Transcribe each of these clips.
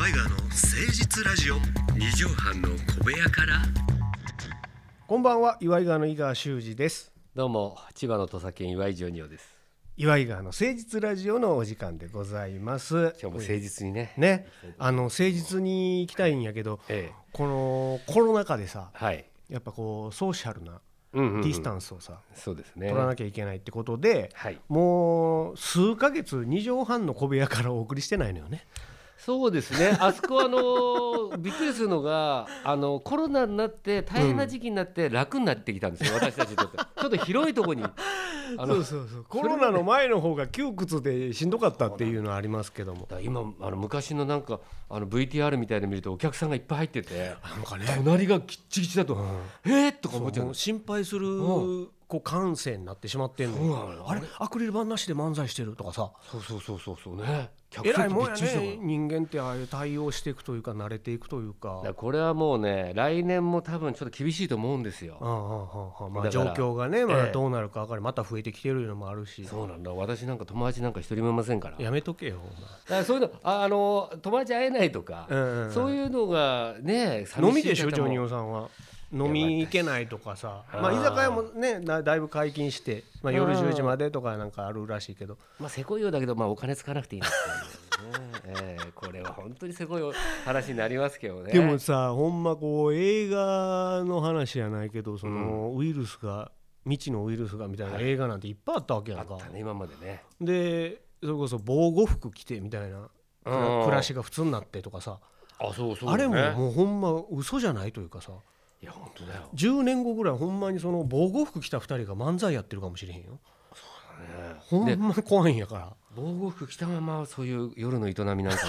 岩井川の誠実ラジオ。 二畳半の小部屋から。 こんばんは、岩井川の井川修司です。 どうも、千葉の土佐県岩井ジョニオです。 岩井川の誠実ラジオのお時間でございます。 今日も誠実にね、 誠実に行きたいんやけど、このコロナ禍でさ、やっぱこうソーシャルなディスタンスをさ、 そうですね、 取らなきゃいけないってことで、もう数ヶ月2畳半の小部屋からお送りしてないのよね。 そうですね、あそこびっくりするのがコロナになって大変な時期になって楽になってきたんですよ、私たちにとって。ちょっと広いところにそうコロナの前の方が窮屈でしんどかったっていうのはありますけども、 今昔のなんかVTR みたいなの見るとお客さんがいっぱい入ってて、 なんかね、 隣がギッチギチだと、とか思っちゃう。 心配するこう感染になってしまってんの。あれアクリル板なしで漫才してるとかさ、 そうね、 えらいもんやね。人間ってああいう対応していくというか慣れていくというか、 これはもうね、来年も多分ちょっと厳しいと思うんですよ。 状況がね、まだどうなるか分かる。また増えてきてるのもあるし。 そうなんだ、私なんか友達なんか一人もいませんから。 やめとけよ。 だからそういうの友達会えないとか、そういうのがね、 飲みでしょ、ジョニオさんは。飲み行けないとかさ、居酒屋もねだいぶ解禁して、夜10時までとかなんかあるらしいけど、 せこいようだけど、お金使わなくていいなっていうね。これは本当にせこい話になりますけどね。 でもさ、ほんまこう映画の話じゃないけど、そのウイルスが、未知のウイルスがみたいな映画なんていっぱいあったわけやんか。 あったね、今までね。 でそれこそ防護服着てみたいな暮らしが普通になってとかさ、あれもうほんま嘘じゃないというかさ。 いや本当だよ。 10年後ぐらいほんまにその防護服着た2人が漫才やってるかもしれへんよ。そうだね、ほんまに怖いんやから。 防護服着たままそういう夜の営みなんかもね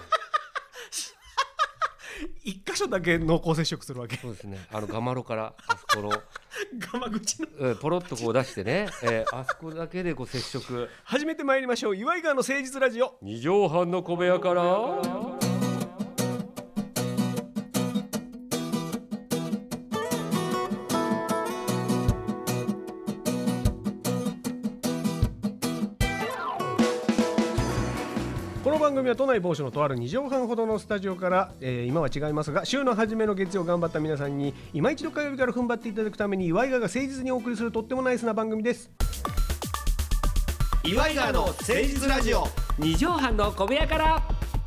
一箇所だけ濃厚接触するわけ。 そうですね、ガマロからあそこのガマ口のポロッとこう出してね、あそこだけでこう接触。 始めてまいりましょう、岩井川の誠実ラジオ。 二畳半の小部屋から。 この番組は都内某所のとある2畳半ほどのスタジオから、今は違いますが週の初めの月曜頑張った皆さんに今一度火曜日から踏ん張っていただくために岩井川が誠実にお送りするとってもナイスな番組です。 岩井川の誠実ラジオ。 二畳半の小部屋から。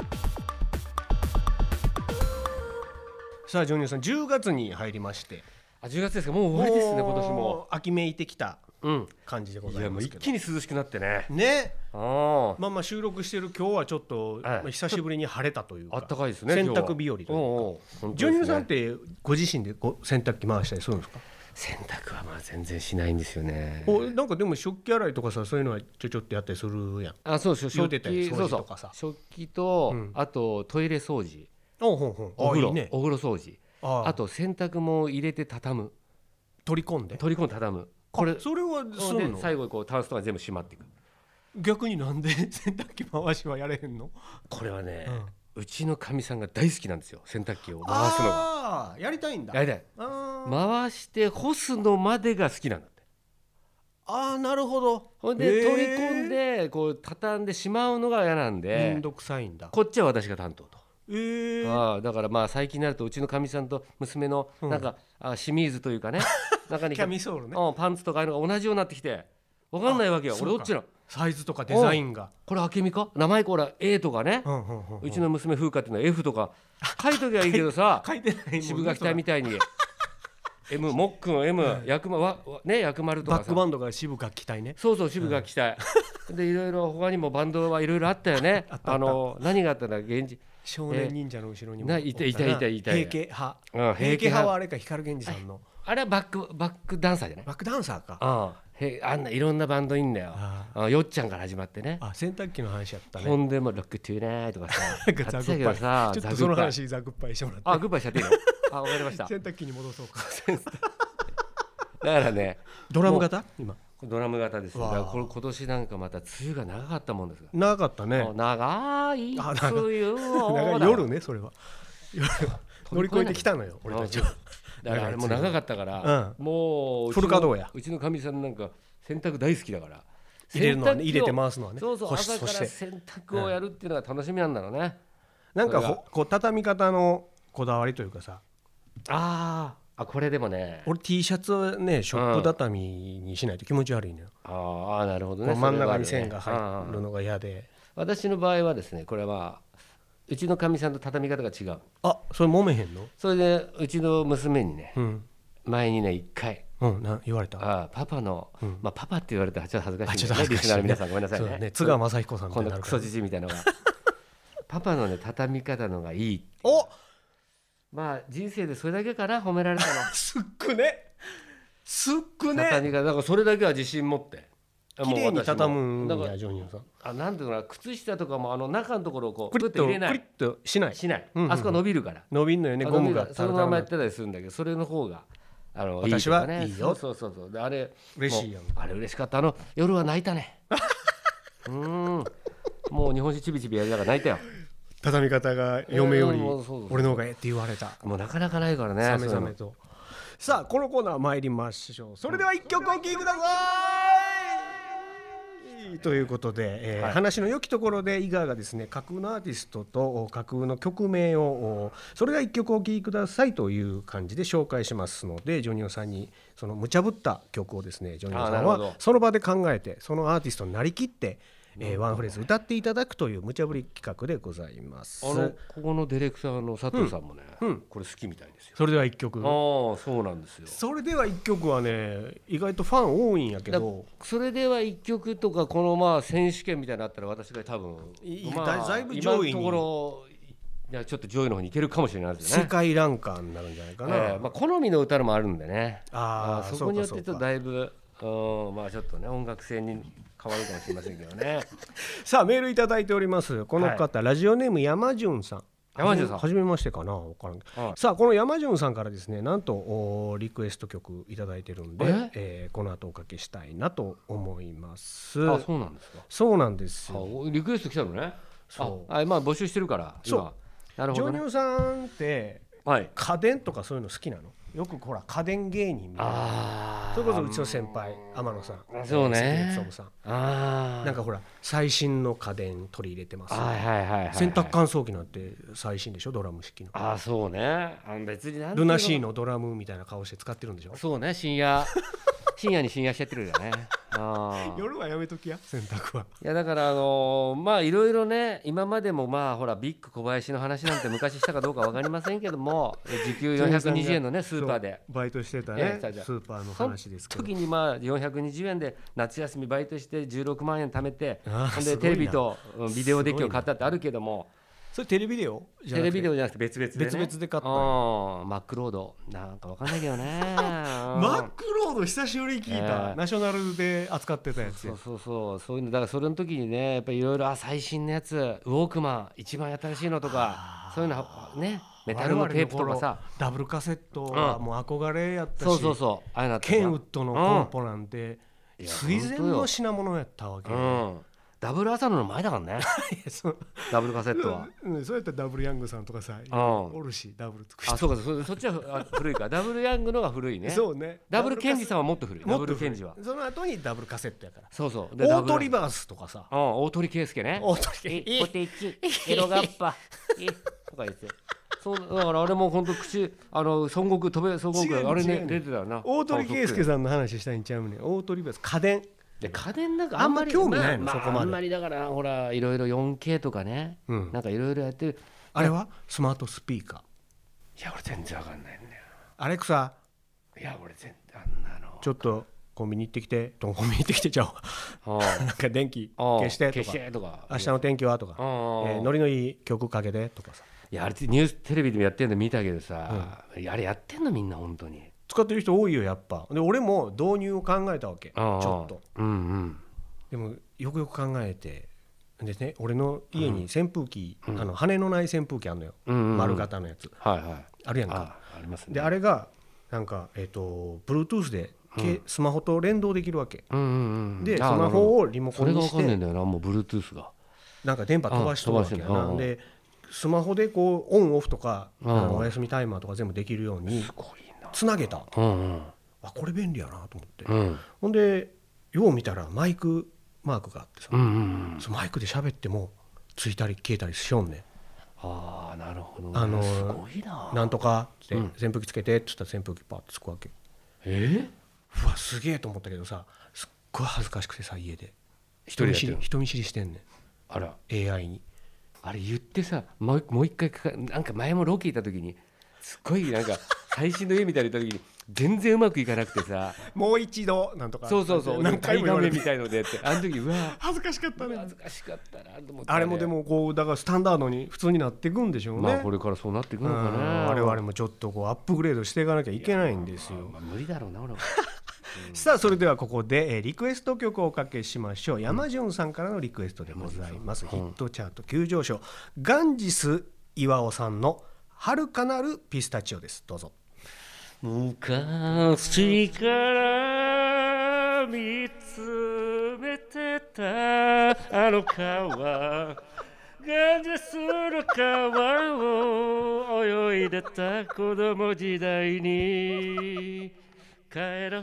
さあジョニオさん、10月に入りまして。 10月ですか。もう終わりですね。今年も秋めいてきた感じでございますけど、 いやもう一気に涼しくなってね。 収録してる今日はちょっと、久しぶりに晴れたというか、 あったかいですね。 洗濯日和というか。ジョニオさんってご自身で洗濯機回したりするんですか？ 洗濯は全然しないんですよね。 なんかでも食器洗いとかさ、そういうのはちょっとやったりするやん。 そうですよ。 食器掃除とかさ。 食器と、あとトイレ掃除、 お風呂掃除、あと洗濯も入れて畳む、 取り込んで畳む。これそれはするの？ 最後にこうタンスとか全部閉まっていく。 逆になんで洗濯機回しはやれへんの？ これはね、うちのかみさんが大好きなんですよ、洗濯機を回すのが。 やりたいんだ。 やりたい。回して干すのまでが好きなんだって。 なるほど。 ほんで取り込んでこう畳んでしまうのが嫌なんで、 めんどくさいんだ。 こっちは私が担当と。だから最近になるとうちのかみさんと娘のなんか、清水というかね、中にキャミソールね、 パンツとかああいうのが同じようになってきて分かんないわけよ。俺どっちのサイズとかデザインが、 これ明美か、名前これ A とかね、うちの娘風花っていうのは F とか書いときゃいいけどさ書いてないもんね、 渋垣隊みたいにM もっくん M 薬丸とかさ、 バックバンドが渋垣隊ね。 そう渋垣隊でいろいろ他にもバンドはいろいろあったよね。何があったら源氏少年忍者の後ろにもいた平家派、平家派はあれか、光源氏さんの、 あれはバックダンサーじゃない？ バックダンサーか。 あんないろんなバンドいんだよ。よっちゃんから始まってね。 洗濯機の話やったね。 ほんでもロックトゥーナイとかさザグッパイ、ちょっとその話ザグッパイしてもらって。 グッパイしちゃっていいの？わかりました。 洗濯機に戻そうかだからね、 ドラム型？今ドラム型ですよ。だからこれ今年なんかまた梅雨が長かったもんですが。 長かったね。 長い梅雨を夜ね、それは乗り越えてきたのよ俺たちは。 だからあれも長かったから、もうフル稼働や。 うちのかみさんなんか洗濯大好きだから、 入れるのはね、入れて回すのはね。 そう朝から洗濯をやるっていうのが楽しみなんだろうね。 なんかこう畳み方のこだわりというかさ、 これでもね、 俺 T シャツはねショップ畳にしないと気持ち悪いのよ。 なるほどね。 真ん中に線が入るのが嫌で。 私の場合はですね、これはうちのかみさんと畳み方が違う。 それ揉めへんの？ それでうちの娘にね、前にね1回言われた。 パパの、パパって言われたらちょっと恥ずかしいんだよね。リスナーの皆さんごめんなさいね。 津川雅彦さんみたいなこのクソじじいみたいなのがパパのね畳み方のがいい。人生でそれだけかな褒められたの。 すっくね畳み方だからそれだけは自信持って綺麗に畳むんや。ジョニオさんなんていうのかな、靴下とかも中のところをこうクリッと入れない、クリッとしない、 あそこは伸びるから伸びんのよね、ゴムがそのままやってたりするんだけど、それの方が私はいいよ。 そうであれ嬉しいよ。 あれ嬉しかった。夜は泣いたね。もう日本酒ちびちびやりながら泣いたよ。 畳み方が嫁より俺の方がええって言われた。 もうなかなかないからね。 さめざめと。さあこのコーナー参りましょう。それでは一曲お聴きください。ということで、話の良きところで井川がですね、架空のアーティストと架空の曲名をそれでは一曲お聴きくださいという感じで紹介しますので、ジョニオさんにその無茶ぶった曲をですね、ジョニオさんはその場で考えてそのアーティストになりきってワンフレーズ歌っていただくという無茶ぶり企画でございます。 ここのディレクターの佐藤さんもね、これ好きみたいですよ。 それでは一曲。 そうなんですよ。 それでは一曲はね意外とファン多いんやけど、 それでは一曲とかこの選手権みたいになったら私が多分だいぶ上位に、 今のところちょっと上位の方に行けるかもしれないですね。 世界ランカーになるんじゃないかな。 好みの歌もあるんでね。そこによってちょっとだいぶちょっとね音楽性に変わるかもしれませんけどね。 さあメールいただいております。この方、ラジオネーム山潤さん。初めましてかな、分からんけど、さあこの山潤さんからですね、なんとリクエスト曲いただいてるんで、この後おかけしたいなと思います。 そうなんですか。 そうなんですよ。 リクエスト来たのね。募集してるから今。なるほどね。 ジョニオさんって家電とかそういうの好きなの？よくほら家電芸人みたいな、それこそうちの先輩天野さん、 そうね、 なんかほら最新の家電取り入れてます。 洗濯乾燥機なんて最新でしょ、ドラム式の。 そうね。別にルナシーのドラムみたいな顔して使ってるんでしょ。 そうね、深夜に深夜しちゃってるよね。 夜はやめときや、洗濯は。 いやだからいろいろね、今までもほらビッグ小林の話なんて昔したかどうか分かりませんけども時給420円のねスーパーでバイトしてたね、スーパーの話ですけど、 その時に420円で夏休みバイトして16万円貯めて、でテレビとビデオデッキを買ったってあるけども、 それテレビデオじゃなくて別々でね、 別々で買った。 マックロードなんか分かんないけどね。 マックロード久しぶりに聞いた。ナショナルで扱ってたやつ。 そういうのだから、それの時にねやっぱりいろいろ最新のやつ、ウォークマン一番新しいのとか、そういうのね、メタルのテープとかさ、 ダブルカセットはもう憧れやったし、 あれなケンウッドのコンポなんて垂涎の品物やったわけ。 ダブル浅野の前だからね。ダブルカセットは。 そうやったらダブルヤングさんとかさ、おるし、ダブル作って。 そうか、そっちは古いか。ダブルヤングのが古いね。 そうね。 ダブルケンジさんはもっと古い。ダブルケンジは。 その後にダブルカセットやから。 そう。 オートリバースとかさ。 大鳥圭介ね。 大鳥圭ポテチ、エロガッパ、とか言って。だからあれも本当孫悟空あれね出てたよな。 大鳥圭介さんの話したいんちゃうね。オートリバース家電。 家電なんかあんまり興味ないの、そこまで。 あんまりだからほらいろいろ 4K とかね、なんかいろいろやってる。 あれはスマートスピーカー。いや俺全然わかんないんだよ。 アレクサ。 いや俺全然あんなの。 ちょっとコンビニ行ってきて、コンビニ行ってきてちゃうわ。なんか電気消してとか、明日の天気はとか、ノリのいい曲かけてとかさ。 いやあれニューステレビでもやってるの見たけどさ、あれやってんのみんな本当に。 使ってる人多いよやっぱ。で俺も導入を考えたわけ、ちょっと。でもよくよく考えてでね、俺の家に扇風機、羽のない扇風機あるのよ、丸型のやつ、あるやんか。 ありますね。 であれがなんかBluetooth でスマホと連動できるわけで、スマホをリモコンにして、 それが分かんないんだよな、もう Bluetooth がなんか電波飛ばしとるわけやな。でスマホでこうオンオフとかお休みタイマーとか全部できるようにつなげた。これ便利やなと思って、ほんでよう見たらマイクマークがあってさ、そのマイクで喋ってもついたり消えたりしよんねん。 ああなるほど、 すごいな。 なんとかって、 うん扇風機つけてって言ったら扇風機パッとつくわけ。うわすげえと思ったけどさ、すっごい恥ずかしくてさ、家で人でやってる人見知りしてんねん、 あら AI に。 あれ言ってさ、もう一回なんか前もロケ行った時にすっごいなんか最新の家みたいな行った時に全然うまくいかなくてさもう一度なんとか、 そう何回も言われてみたいのでってあの時うわ恥ずかしかったね。 恥ずかしかったなと思って、 あれもでもこうだからスタンダードに普通になっていくんでしょうね。 まあこれからそうなっていくのかな。 我々もちょっとこうアップグレードしていかなきゃいけないんですよ。 まあ無理だろうな俺はさあそれではここでリクエスト曲をおかけしましょう。山潤さんからのリクエストでございます。ヒットチャート急上昇、ガンジス岩尾さんの遥かなるピスタチオです。どうぞ。 昔から見つめてたあの川、ガンジスの川を泳いでた子供時代に帰ろう。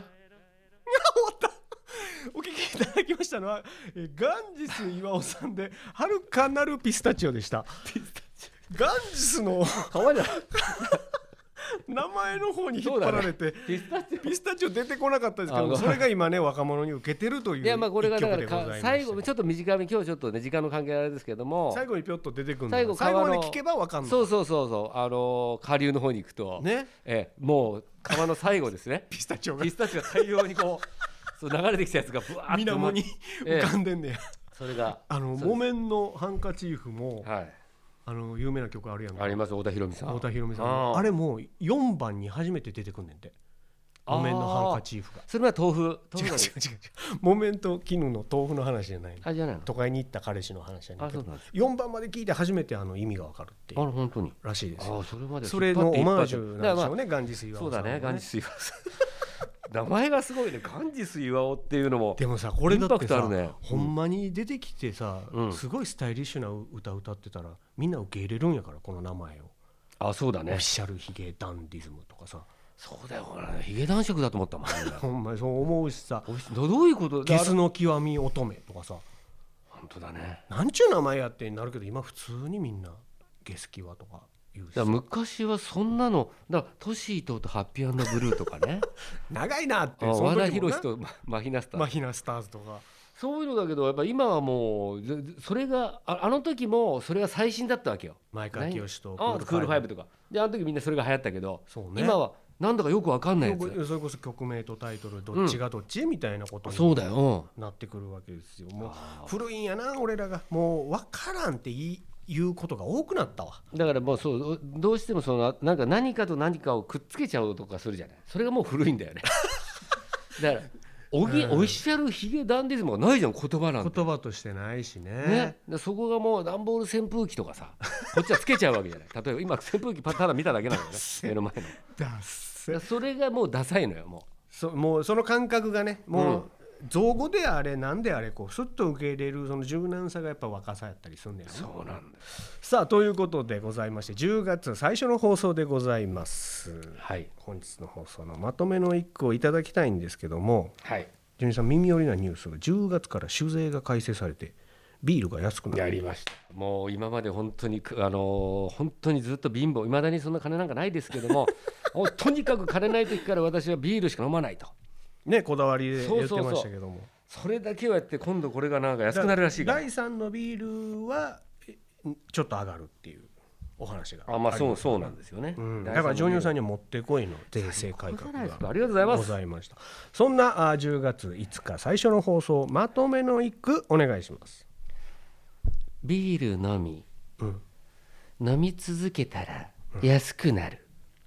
お聞きいただきましたのはガンジス岩尾さんで遥かなるピスタチオでした。ガンジスの川じゃ名前の方に引っ張られて、 ピスタチオピスタチオ出てこなかったですけども、それが今ね若者に受けてるといういやまあこれがだか一曲でございまらす。 最後ちょっと短め、今日ちょっとね時間の関係あれですけども、 最後にぴょっと出てくるんだ。 最後最後まで聞けばわかんない。 そう下流の方に行くとね、 もう川の最後ですねピスタチオがピスタチオが大量にこうそう流れてきたやつがブワーッと水面に浮かんでんねや。 それが木綿のハンカチーフも、 はい有名な曲あるやんか。 あります。太田裕美さん。 太田裕美さん。あれも4番に初めて出てくんねんて。木綿のハンカチーフが。 それは豆腐違う。木綿と絹の豆腐の話じゃないの。 あじゃないの。 都会に行った彼氏の話じゃないけど。 あそうなんです。 4番まで聞いて初めて意味がわかるっていう。 本当に。 らしいですよ。 それまで。 それのオマージュなんでしょうね。ガンジス岩尾さん。 そうだね。ガンジス岩尾さん。名前がすごいね。ガンジス岩尾っていうのも。 でもさこれだってさ、 ね、 ほんまに出てきてさ、すごいスタイリッシュな歌歌ってたらみんな受け入れるんやから、この名前を。 そうだね。 オフィシャルヒゲダンディズムとかさ。 そうだよ。ヒゲ男色だと思ったもん。 ほんまにそう思うしさ。 どういうこと？ ゲスの極み乙女とかさ。 本当だね。 なんちゅう名前やってなるけど、今普通にみんなゲスキワとか言うし。 昔はそんなのだからトシーとハッピー&ブルーとかね長いなって和田博とマヒナスターズとかそういうのだけど、やっぱ今はもうそれがあの時もそれが最新だったわけよ。 前川清とクールファイブとかで、あの時みんなそれが流行ったけど、 そうね、 今はなんだかよくわかんないやつ。 それこそ曲名とタイトルどっちがどっち、みたいなことにそうだよなってくるわけですよ。もう古いんやな俺らが。もう分からんって言うことが多くなったわ。 だからもうそうどうしてもなんか何かと何かをくっつけちゃうとかするじゃない。それがもう古いんだよねだからオフィシャルヒゲダンディズムがないじゃん、言葉なんて。 言葉としてないし ね。 でそこがもう段ボール扇風機とかさこっちはつけちゃうわけじゃない。例えば今扇風機ただ見ただけなんだよね目の前の。それがもうダサいのよ。 もうその感覚がね、もう造語であれなんであれこうスッと受け入れるその柔軟さがやっぱ若さやったりするんだよね。 そうなんです。 さあということでございまして、10月最初の放送でございます。 はい。 本日の放送のまとめの一句をいただきたいんですけども、 はい。 ジュニさん、耳寄りなニュースが10月から酒税が改正されてビールが安くなる。 やりました。もう今まで本当に本当にずっと貧乏、いまだにそんな金なんかないですけどもとにかく金ない時から私はビールしか飲まないとね、こだわりで言ってましたけども、 それだけはやって、今度これがなんか安くなるらしいから。 第3のビールはちょっと上がるっていうお話がそうなんですよね、 だからジョニオさんにはもってこいの税制改革がありがとうございます。 ございました。そんな10月5日最初の放送まとめの一句お願いします。 ビール飲み、飲み続けたら安くなる、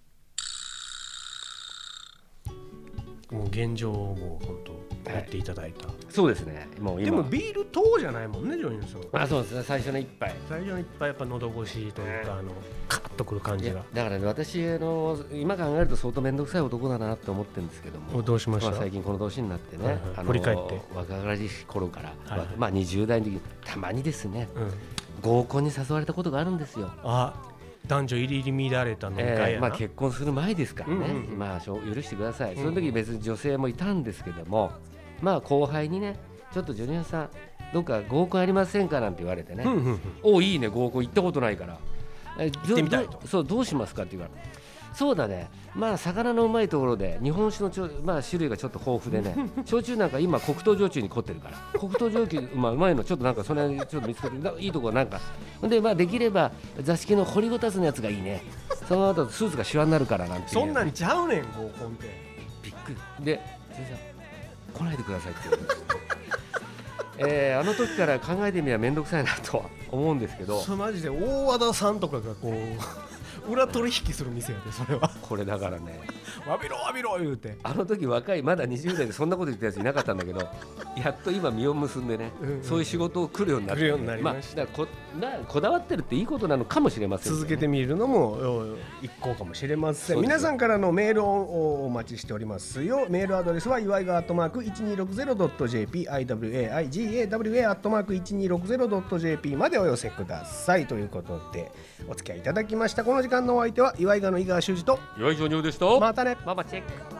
もう現状をもう本当やっていただいた、 そうですね。もう今でもビール糖じゃないもんね、ジョニオさん。 そうですね。最初の一杯、 最初の一杯やっぱ喉越しというか、カッとくる感じが。 だからね、私今考えると相当面倒くさい男だなって思ってるんですけども、 どうしました？ 最近この年になってね、 振り返って若かりし頃から、20代の時にたまにですね、合コンに誘われたことがあるんですよ。 男女入り乱れた飲み会やな。 結婚する前ですからね、許してください。その時別に女性もいたんですけども、後輩にね、ちょっとジョニオさんどっか合コンありませんかなんて言われてね、いいね、合コン行ったことないから行ってみたいと。 そうどうしますかって言うからそうだねまあ魚のうまいところで日本酒のまあ、種類がちょっと豊富でね焼酎なんか今黒糖焼酎に凝ってるから黒糖焼酎、まあ、うまいのちょっとなんかそれちょっと見つけていいところなんかで、まあ、できれば座敷の掘りごたつのやつがいいねその後スーツがシワになるからなんてそんなんちゃうねん合コンってびっくりで先生来ないでくださいって言われましたあの時から考えてみればめんどくさいなとは思うんですけどそれマジで大和田さんとかがこう裏取引する店やでそれはこれだからねわびろわびろ言うてあの時若いまだ20代でそんなこと言ったやついなかったんだけどやっと今実を結んでね、そういう仕事を来るようになって、ね、まあ、だからこだわってるっていいことなのかもしれません、ね、 続けてみるのも一個かもしれません。皆さんからのメールをお待ちしておりますよ。メールアドレスは祝いが@1260.jp iwaigawa@1260.jp までお寄せくださいということでお付き合いいただきました。この時間のお相手は祝いがの井川修司と岩井ジョニオでした。 またねママチェック。